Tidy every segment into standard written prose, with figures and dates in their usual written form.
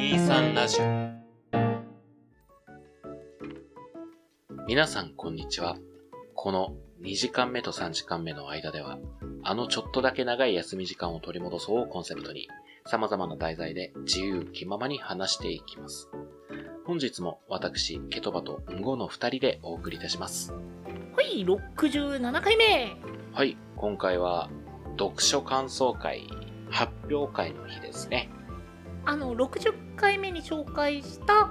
23ラジオ。皆さんこんにちは。この2時間目と3時間目の間では、ちょっとだけ長い休み時間を取り戻そうをコンセプトに、様々な題材で自由気ままに話していきます。本日も私、ケトバとンゴの2人でお送りいたします。 はい、67回目。 はい、今回は読書感想会、発表会の日ですね。 60回目に紹介した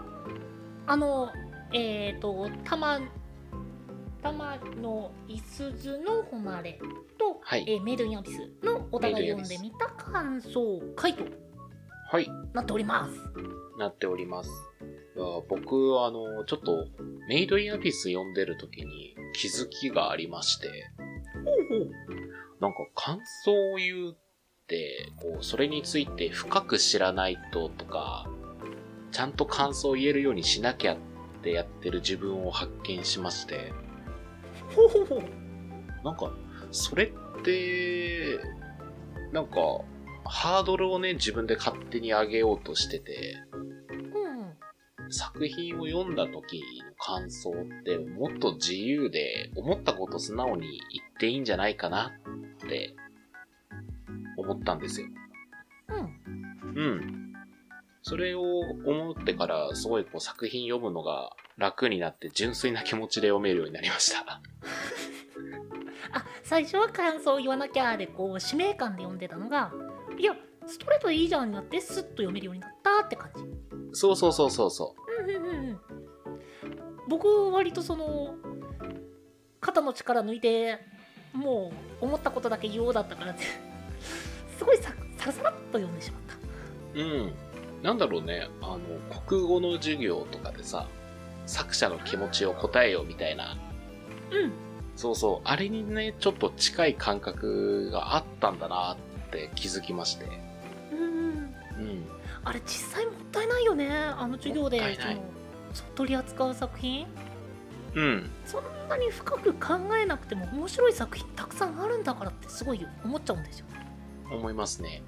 玉のいすずの誉れと、 はい、 メイドインアビスのお互い読んでみた感想会とはい、 なっております。 なっております。僕、ちょっとメイドインアビス読んでる時に気づきがありまして、なんか感想を言うってそれについて深く知らないととか、ちゃんと感想を言えるようにしなきゃってやってる自分を発見しまして、なんかそれってなんかハードルをね自分で勝手に上げようとしてて、作品を読んだ時の感想ってもっと自由で思ったこと素直に言っていいんじゃないかなって思ったんですよ。それを思ってからすごい作品読むのが楽になって純粋な気持ちで読めるようになりました。 最初は感想を言わなきゃで使命感で読んでたのが、いやストレートでいいじゃんになってスッと読めるようになったって感じ。 そう。 僕割と肩の力抜いてもう思ったことだけ言おうだったからってすごいサラサラっと読んでしまった。 なんだろうね、国語の授業とかでさ、作者の気持ちを答えようみたいな。そう、あれにね、ちょっと近い感覚があったんだなって気づきまして。 あれ実際もったいないよね、授業で取り扱う作品。そんなに深く考えなくても面白い作品たくさんあるんだからってすごい思っちゃうんですよ。 思いますね。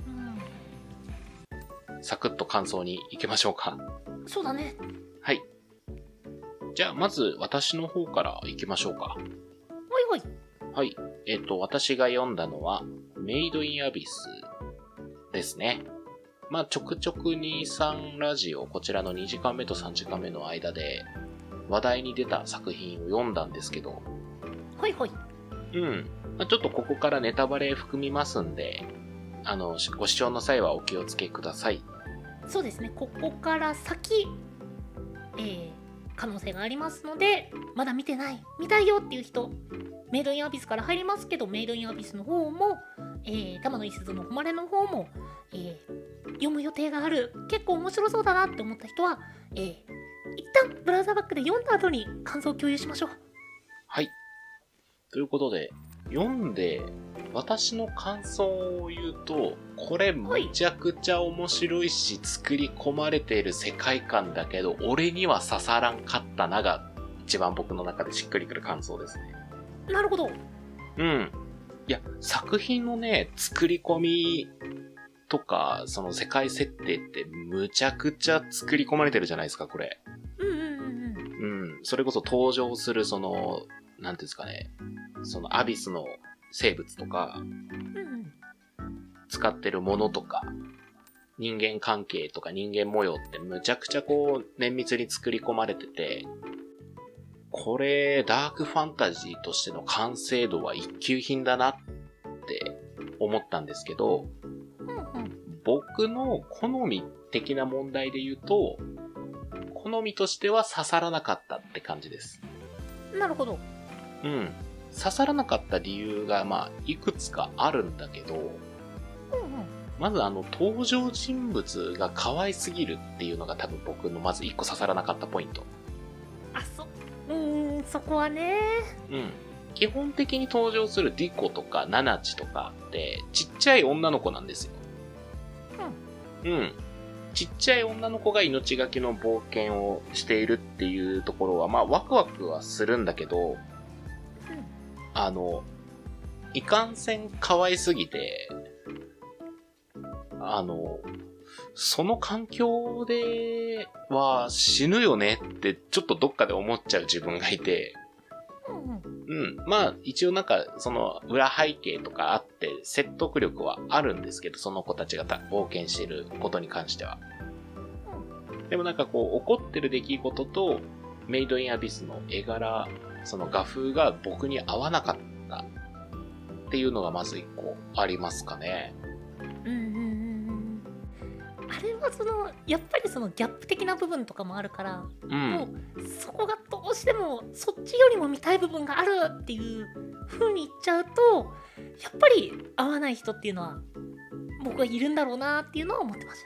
サクッと感想に行きましょうか。 そうだね。 はい。じゃあまず私の方から行きましょうか。はい。私が読んだのはメイドインアビスですね。まあちょくちょく23ラジオ、こちらの2時間目と3時間目の間で話題に出た作品を読んだんですけど、まあ、ちょっとここからネタバレ含みますんで、ご視聴の際はお気をつけください。 そうですね、ここから先、可能性がありますので、まだ見てない、見たいよっていう人、メイドインアビスから入りますけど、メイドインアビスの方も、玉のいすずの誉れの方も、読む予定がある、結構面白そうだなって思った人は、一旦ブラウザバックで読んだ後に感想を共有しましょう。 はい。ということで、読んで私の感想を言うと、これめちゃくちゃ面白いし、作り込まれている世界観だけど、俺には刺さらんかったなが一番僕の中でしっくりくる感想ですね。 なるほど。 いや、作品のね、作り込みとか、その世界設定ってむちゃくちゃ作り込まれてるじゃないですか、これ。それこそ登場するなんていうんですかね、そのアビスの生物とか、使ってるものとか、人間関係とか人間模様ってむちゃくちゃ綿密に作り込まれてて、これダークファンタジーとしての完成度は一級品だなって思ったんですけど、僕の好み的な問題で言うと、好みとしては刺さらなかったって感じです。 なるほど。 刺さらなかった理由がいくつかあるんだけど、まず登場人物が可愛すぎるっていうのが多分僕のまず一個刺さらなかったポイント。 そこはね。 基本的に登場するリコとかナナチとかってちっちゃい女の子なんですよ。ちっちゃい女の子が命がけの冒険をしているっていうところはワクワクはするんだけど、いかんせん可愛すぎて、 その環境では死ぬよねってちょっとどっかで思っちゃう自分がいて、まあ一応なんかその裏背景とかあって説得力はあるんですけど、その子たちが冒険していることに関しては。でもなんかこう起こってる出来事とメイドインアビスの絵柄、その画風が僕に合わなかったっていうのがまず一個ありますかね。 あれはやっぱりそのギャップ的な部分とかもあるから、もうそこがどうしてもそっちよりも見たい部分があるっていう風に言っちゃうと、やっぱり合わない人っていうのは僕はいるんだろうなっていうのは思ってました。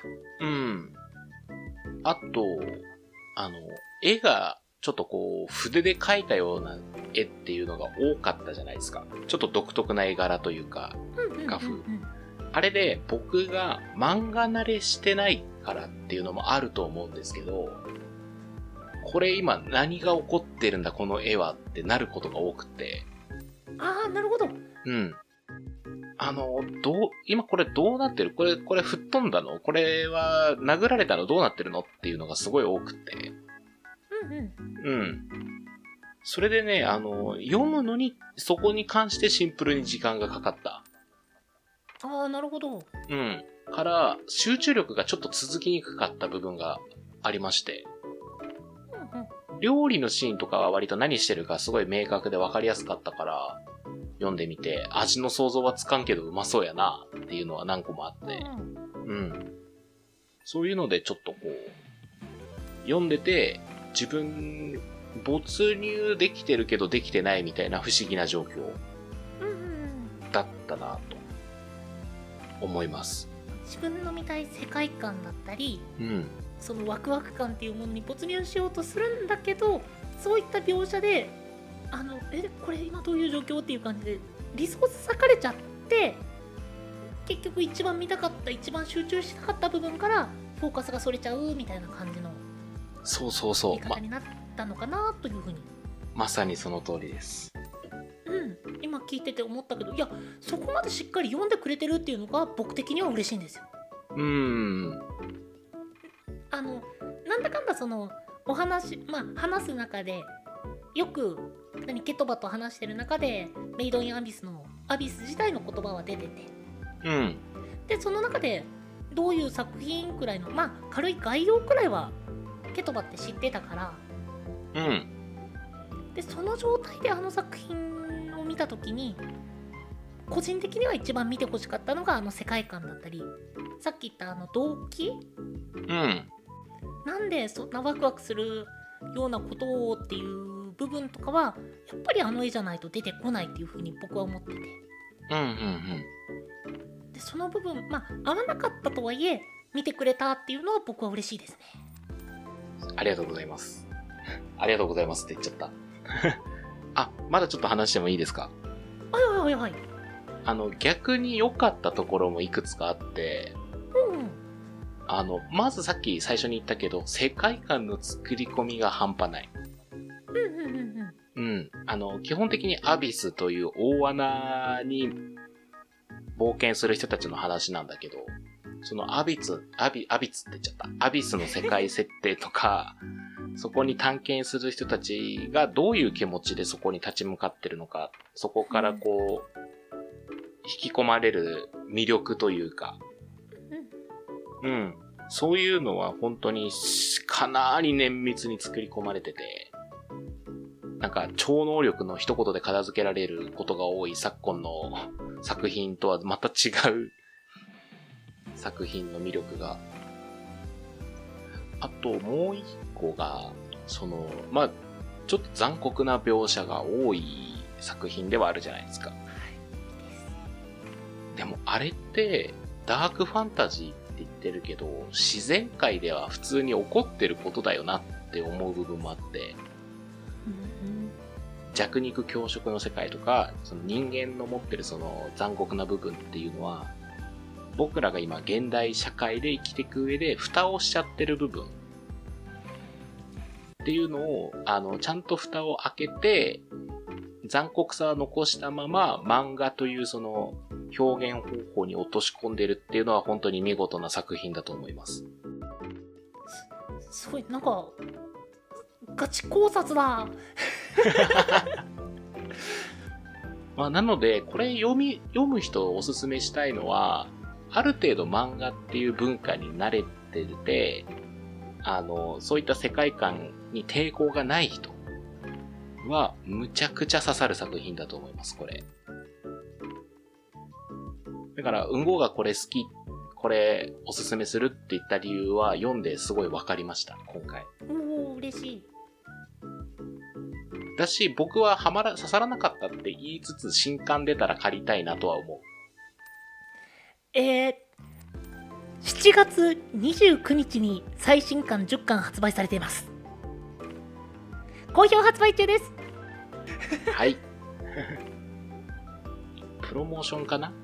あと絵がちょっとこう筆で描いたような絵っていうのが多かったじゃないですか。ちょっと独特な絵柄というか画風。あれで僕が漫画慣れしてないからっていうのもあると思うんですけど、これ今何が起こってるんだこの絵はってなることが多くて。 ああ、なるほど。 今これどうなってる？これ吹っ飛んだの？これは殴られたの？どうなってるの？っていうのがすごい多くて。それでね、読むのにそこに関してシンプルに時間がかかった。 ああ、なるほど。 から、集中力がちょっと続きにくかった部分がありまして。料理のシーンとかは割と何してるかすごい明確で分かりやすかったから、読んでみて、味の想像はつかんけどうまそうやなっていうのは何個もあって。そういうのでちょっとこう、読んでて、自分、没入できてるけどできてないみたいな不思議な状況だったなと思います。 自分の見たい世界観だったり、そのワクワク感っていうものに没入しようとするんだけど、そういった描写でこれ今どういう状況っていう感じでリソース割かれちゃって、結局一番見たかった一番集中したかった部分からフォーカスがそれちゃうみたいな感じの言い方になったのかなというふうに。 まさにその通りです。 今聞いてて思ったけど、いやそこまでしっかり読んでくれてるっていうのが僕的には嬉しいんですよ。なんだかんだそのお話、話す中でよくケトバと話してる中でメイドインアビスのアビス自体の言葉は出てて、でその中でどういう作品くらいの軽い概要くらいはケトバって知ってたから、でその状態であの作品を見た時に個人的には一番見てほしかったのが世界観だったり、さっき言った動機、なんでそんなワクワクするようなことをっていう部分とかはやっぱり絵じゃないと出てこないっていうふうに僕は思ってて、でその部分合わなかったとはいえ見てくれたっていうのは僕は嬉しいですね。 ありがとうございます。ありがとうございますって言っちゃった。まだちょっと話してもいいですか？ はい。 逆に良かったところもいくつかあって、まずさっき最初に言ったけど、世界観の作り込みが半端ない。基本的にアビスという大穴に冒険する人たちの話なんだけど、そのアビスって言っちゃった。アビスの世界設定とか、そこに探検する人たちがどういう気持ちでそこに立ち向かってるのか、そこからこう、引き込まれる魅力というか、そういうのは本当にかなり綿密に作り込まれてて、なんか超能力の一言で片付けられることが多い昨今の作品とはまた違う作品の魅力が。あともう一個が、ちょっと残酷な描写が多い作品ではあるじゃないですか。でもあれってダークファンタジーって言ってるけど、自然界では普通に起こってることだよなって思う部分もあって、弱肉強食の世界とか、その人間の持ってるその残酷な部分っていうのは、僕らが今現代社会で生きていく上で蓋をしちゃってる部分っていうのを、ちゃんと蓋を開けて、残酷さは残したまま漫画というその表現方法に落とし込んでるっていうのは本当に見事な作品だと思います。 すごい、なんかガチ考察だ。 まあ、なので、これ読む人をおすすめしたいのは、ある程度漫画っていう文化に慣れてて、そういった世界観に抵抗がない人は、むちゃくちゃ刺さる作品だと思います、これ。だから、うんごがこれ好き、これおすすめするって言った理由は、読んですごいわかりました、今回。 おー、嬉しい。 だし、僕は刺さらなかったって言いつつ、新刊出たら借りたいなとは思う。 7月29日に最新刊10巻発売されています。好評発売中です。 はい。プロモーションかな。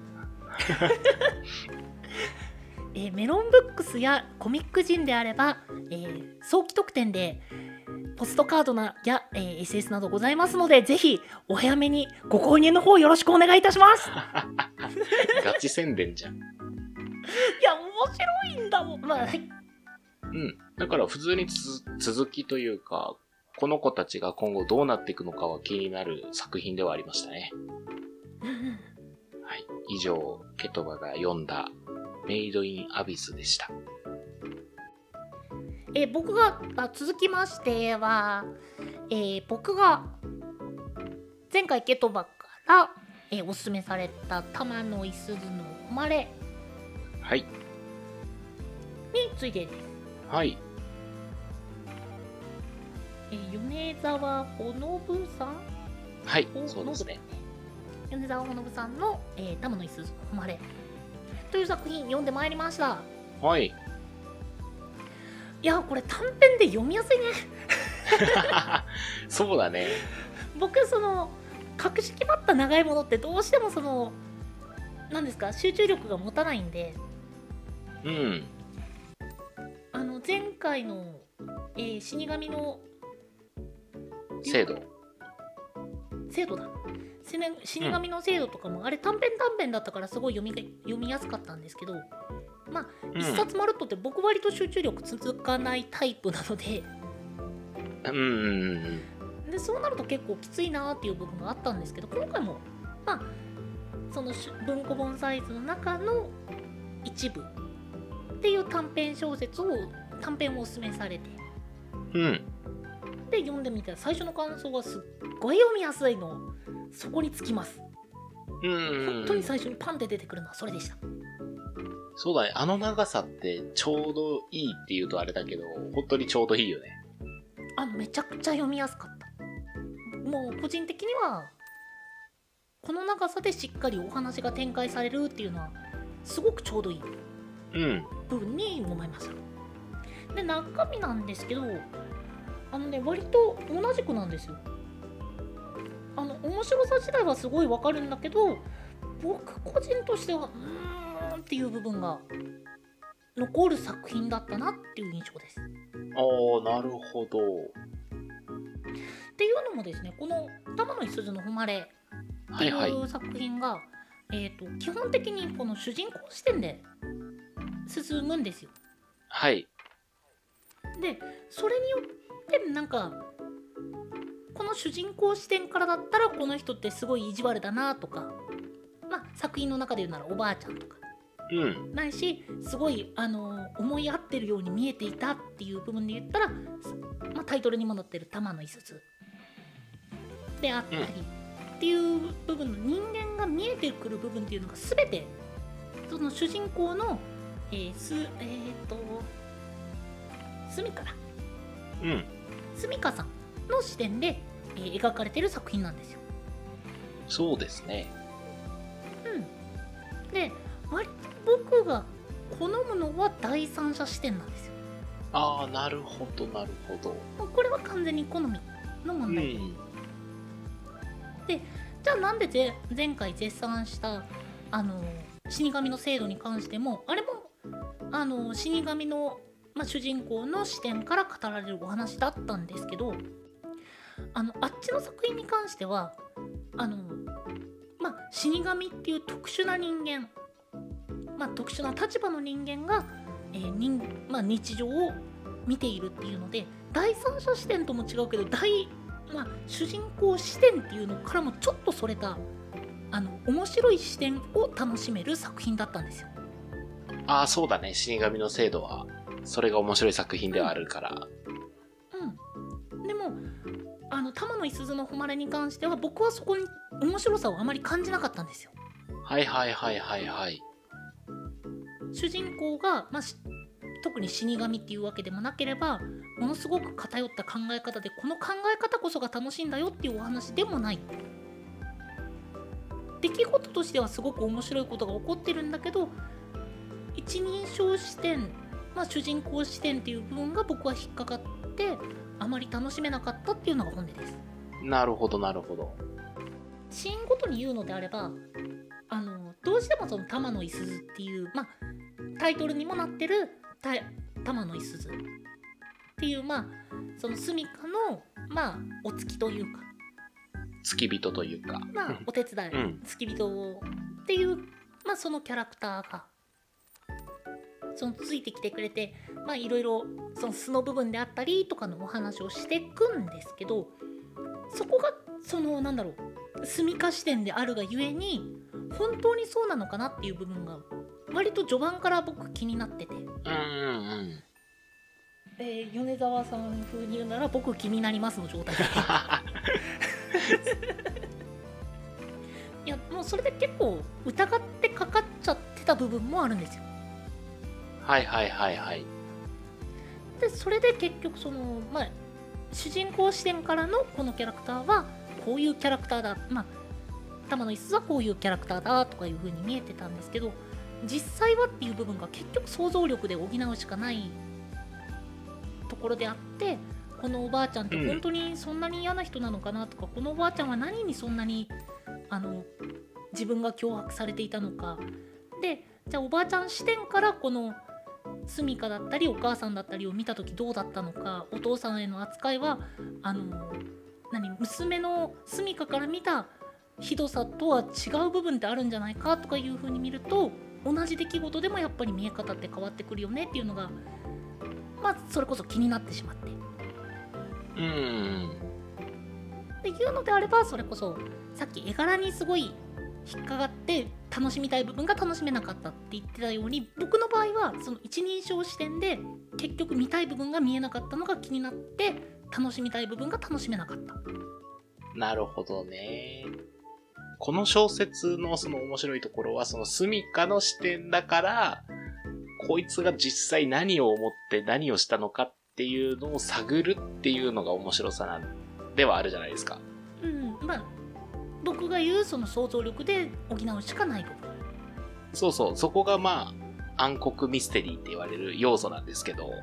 メロンブックスやコミックジンであれば、早期特典でポストカードや、SS などございますので、ぜひお早めにご購入の方よろしくお願いいたします。 ガチ宣伝じゃん。いや、面白いんだもん。まあ、はい。 うん。だから普通に続きというか、この子たちが今後どうなっていくのかは気になる作品ではありましたね。はい。以上、ケトバが読んだメイドインアビスでした。 僕が続きましては、僕が前回ケトバから、おすすめされた玉野いすずの誉れはいについてです。 はい。 米沢ほのぶさん、 はい、そうですね。 米沢ほのぶさんの、玉野いすずの誉れという作品読んでまいりました。 はい。 いや、これ短編で読みやすいね。 そうだね。 僕格式ばった長いものってどうしても何ですか、集中力が持たないんで、 うん。 前回の、死神の制度だ。死神の制度とかもあれ短編だったからすごい読みやすかったんですけど、まあ、一冊まるっとって僕割と集中力続かないタイプなので、でそうなると結構きついなーっていう部分があったんですけど、今回もまあその文庫本サイズの中の一部っていう短編をおすすめされて、で読んでみたら最初の感想がすっごい読みやすいの、そこにつきます。本当に最初にパンって出てくるのはそれでした。 そうだね、あの長さってちょうどいいっていうとあれだけど、本当にちょうどいいよね。 めちゃくちゃ読みやすかった。もう個人的にはこの長さでしっかりお話が展開されるっていうのはすごくちょうどいい部分に思いました。で、中身なんですけど、割と同じくなんですよ。面白さ自体はすごいわかるんだけど、僕個人としてはっていう部分が残る作品だったなっていう印象です。 なるほど。 っていうのもですね、この玉野いすずの誉れっていう作品が、基本的にこの主人公視点で進むんですよ。 はい。 で、それによってなんかこの主人公視点からだったらこの人ってすごい意地悪だなとか、まあ作品の中で言うならおばあちゃんとか、ないしすごい思い合ってるように見えていたっていう部分で言ったら、まあ、タイトルにも載ってる玉野いすずであったりっていう部分の人間が見えてくる部分っていうのが全てその主人公のすみかさんの視点で、描かれてる作品なんですよ。 そうですね。 で、割と僕が好むのは第三者視点なんですよ。 なるほどなるほど。 これは完全に好みの問題で、じゃあなんで前回絶賛した死神の制度に関しても、あれも死神の、主人公の視点から語られるお話だったんですけど、あっちの作品に関しては死神っていう特殊な人間、特殊な立場の人間が、日常を見ているっていうので、第三者視点とも違うけど主人公視点っていうのからもちょっとそれた面白い視点を楽しめる作品だったんですよ。 ああ、そうだね。死神の制度はそれが面白い作品ではあるから。 でも玉のいすゞの誉れに関しては僕はそこに面白さをあまり感じなかったんですよ。 はいはいはいはいはい。 主人公が、特に死神っていうわけでもなければ、ものすごく偏った考え方でこの考え方こそが楽しいんだよっていうお話でもない。出来事としてはすごく面白いことが起こってるんだけど、一人称視点、主人公視点っていう部分が僕は引っかかってあまり楽しめなかったっていうのが本音です。 なるほどなるほど。 シーンごとに言うのであれば、どうしてもその玉のいすゞっていう、タイトルにもなってる玉のいすゞっていう、その住処のお付きというか付き人というか、 お手伝い、付き人っていう、そのキャラクターがついてきてくれて、いろいろその素の部分であったりとかのお話をしていくんですけど、そこが住処視点であるがゆえに本当にそうなのかなっていう部分が割と序盤から僕気になってて、米沢さん風に言うなら僕気になりますの状態でいやもうそれで結構疑ってかかっちゃってた部分もあるんですよ。 はいはいはいはい。 でそれで結局主人公視点からのこのキャラクターはこういうキャラクターだ、玉のいすゞはこういうキャラクターだとかいう風に見えてたんですけど、実際はっていう部分が結局想像力で補うしかないところであって、このおばあちゃんって本当にそんなに嫌な人なのかなとか、このおばあちゃんは何にそんなに自分が脅迫されていたのかで、じゃあおばあちゃん視点からこの住処だったりお母さんだったりを見た時どうだったのか、お父さんへの扱いは娘の住処から見たひどさとは違う部分ってあるんじゃないかとかいう風に見ると、同じ出来事でもやっぱり見え方って変わってくるよねっていうのがそれこそ気になってしまって、っていうのであれば、それこそさっき絵柄にすごい引っかかって楽しみたい部分が楽しめなかったって言ってたように、僕の場合はその一人称視点で結局見たい部分が見えなかったのが気になって楽しみたい部分が楽しめなかった。 なるほどね。この小説のその面白いところは、その住処の視点だから、こいつが実際何を思って何をしたのかっていうのを探るっていうのが面白さなんではあるじゃないですか。 僕が言うその想像力で補うしかない部分。 そうそう、そこが暗黒ミステリーって言われる要素なんですけど。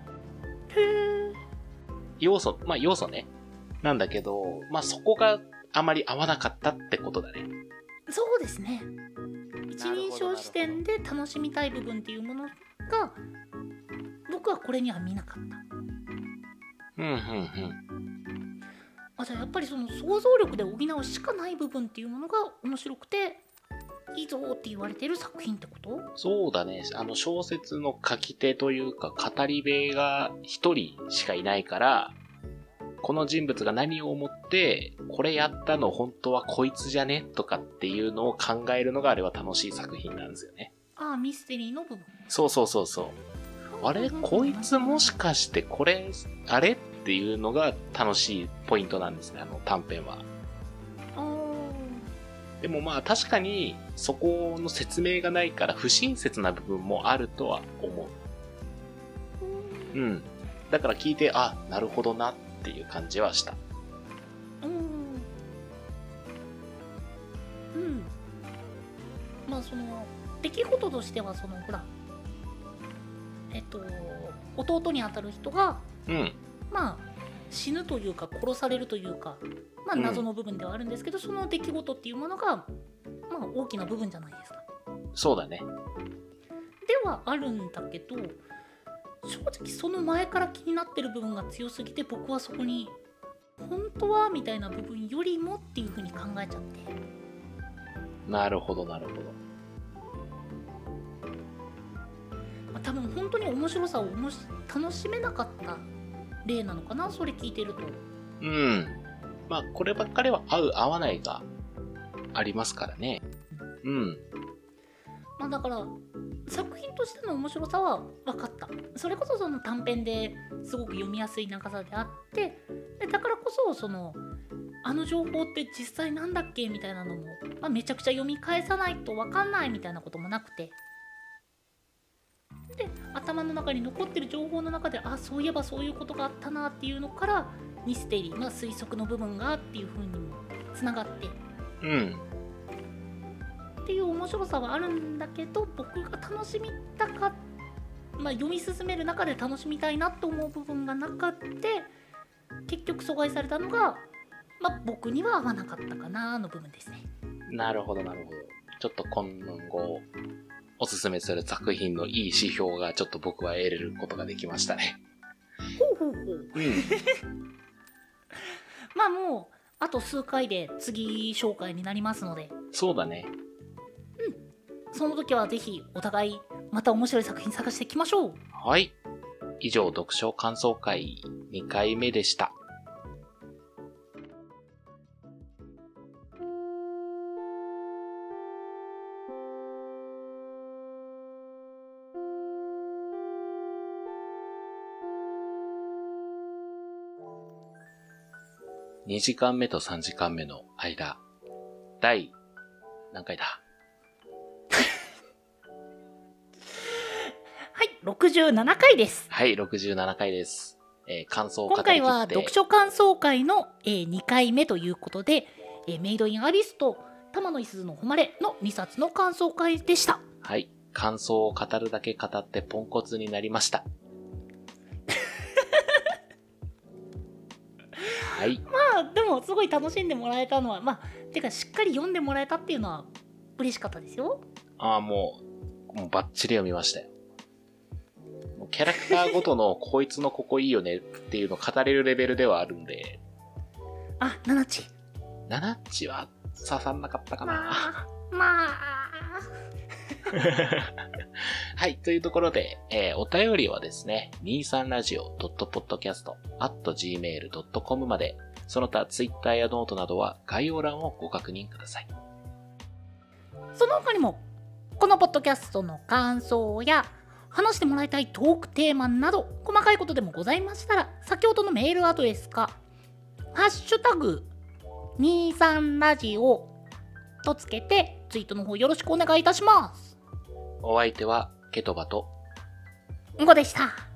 要素ね。なんだけど、そこがあまり合わなかったってことだね。 そうですね。一人称視点で楽しみたい部分っていうものが僕はこれには見なかった。じゃあやっぱりその想像力で補うしかない部分っていうものが面白くていいぞって言われてる作品ってこと？ そうだね。小説の書き手というか語り部が一人しかいないから、この人物が何を思ってこれやったの本当はこいつじゃねとかっていうのを考えるのがあれは楽しい作品なんですよね。 ミステリーの部分。 そうあれこいつもしかしてこれあれっていうのが楽しいポイントなんですね、短編は。でも確かにそこの説明がないから不親切な部分もあるとは思う。だから聞いてなるほどなっていう感じはした。 その出来事としてはその弟にあたる人が死ぬというか殺されるというか謎の部分ではあるんですけど、その出来事っていうものが大きな部分じゃないですか。 そうだね。 ではあるんだけど、正直その前から気になってる部分が強すぎて、僕はそこに本当はみたいな部分よりもっていう風に考えちゃって。 なるほどなるほど。 多分本当に面白さを楽しめなかった例なのかな、それ聞いてると。 うん。まあこればっかりは合う合わないがありますからね。うん。 まあだから作品としての面白さは分かった。それこそその短編ですごく読みやすい長さであって、でだからこそあの情報って実際なんだっけみたいなのも、まあ、めちゃくちゃ読み返さないと分かんないみたいなこともなくて、で頭の中に残ってる情報の中で、あ、そういえばそういうことがあったなっていうのからミステリー、まあ、推測の部分がっていう風にもつながってっていう面白さはあるんだけど、僕が楽しみたか、まあ、読み進める中で楽しみたいなと思う部分がなかって、結局阻害されたのが、まあ、僕には合わなかったかなの部分ですね。 なるほどなるほど。ちょっと今後おすすめする作品のいい指標がちょっと僕は得れることができましたね。 ほうほうほう。まあもうあと数回で次紹介になりますので。 そうだね。 その時はぜひお互いまた面白い作品探していきましょう。 はい。以上、読書感想会2回目でした。2時間目と3時間目の間、第何回だはい、67回です。 はい、67回です。感想を語り切って。 今回は読書感想会の、2回目ということで、メイドインアビスと玉野いすずの誉れの2冊の感想会でした。 はい、感想を語るだけ語ってポンコツになりました。はい、 まあでもすごい楽しんでもらえたのは、まあてかしっかり読んでもらえたっていうのは嬉しかったですよ。 ああ、もうバッチリ読みましたよ。キャラクターごとのこいつのここいいよねっていうのを語れるレベルではあるんで。 あ、ナナッチは刺さんなかったかな。 まあはい、というところで、お便りはですね、23radio.podcast@gmail.com まで、その他 Twitter やノートなどは概要欄をご確認ください。 その他にも、このポッドキャストの感想や、話してもらいたいトークテーマなど、細かいことでもございましたら、先ほどのメールアドレスか、ハッシュタグ23ラジオとつけて、ツイートの方よろしくお願いいたします。 お相手はケトバとんごでした。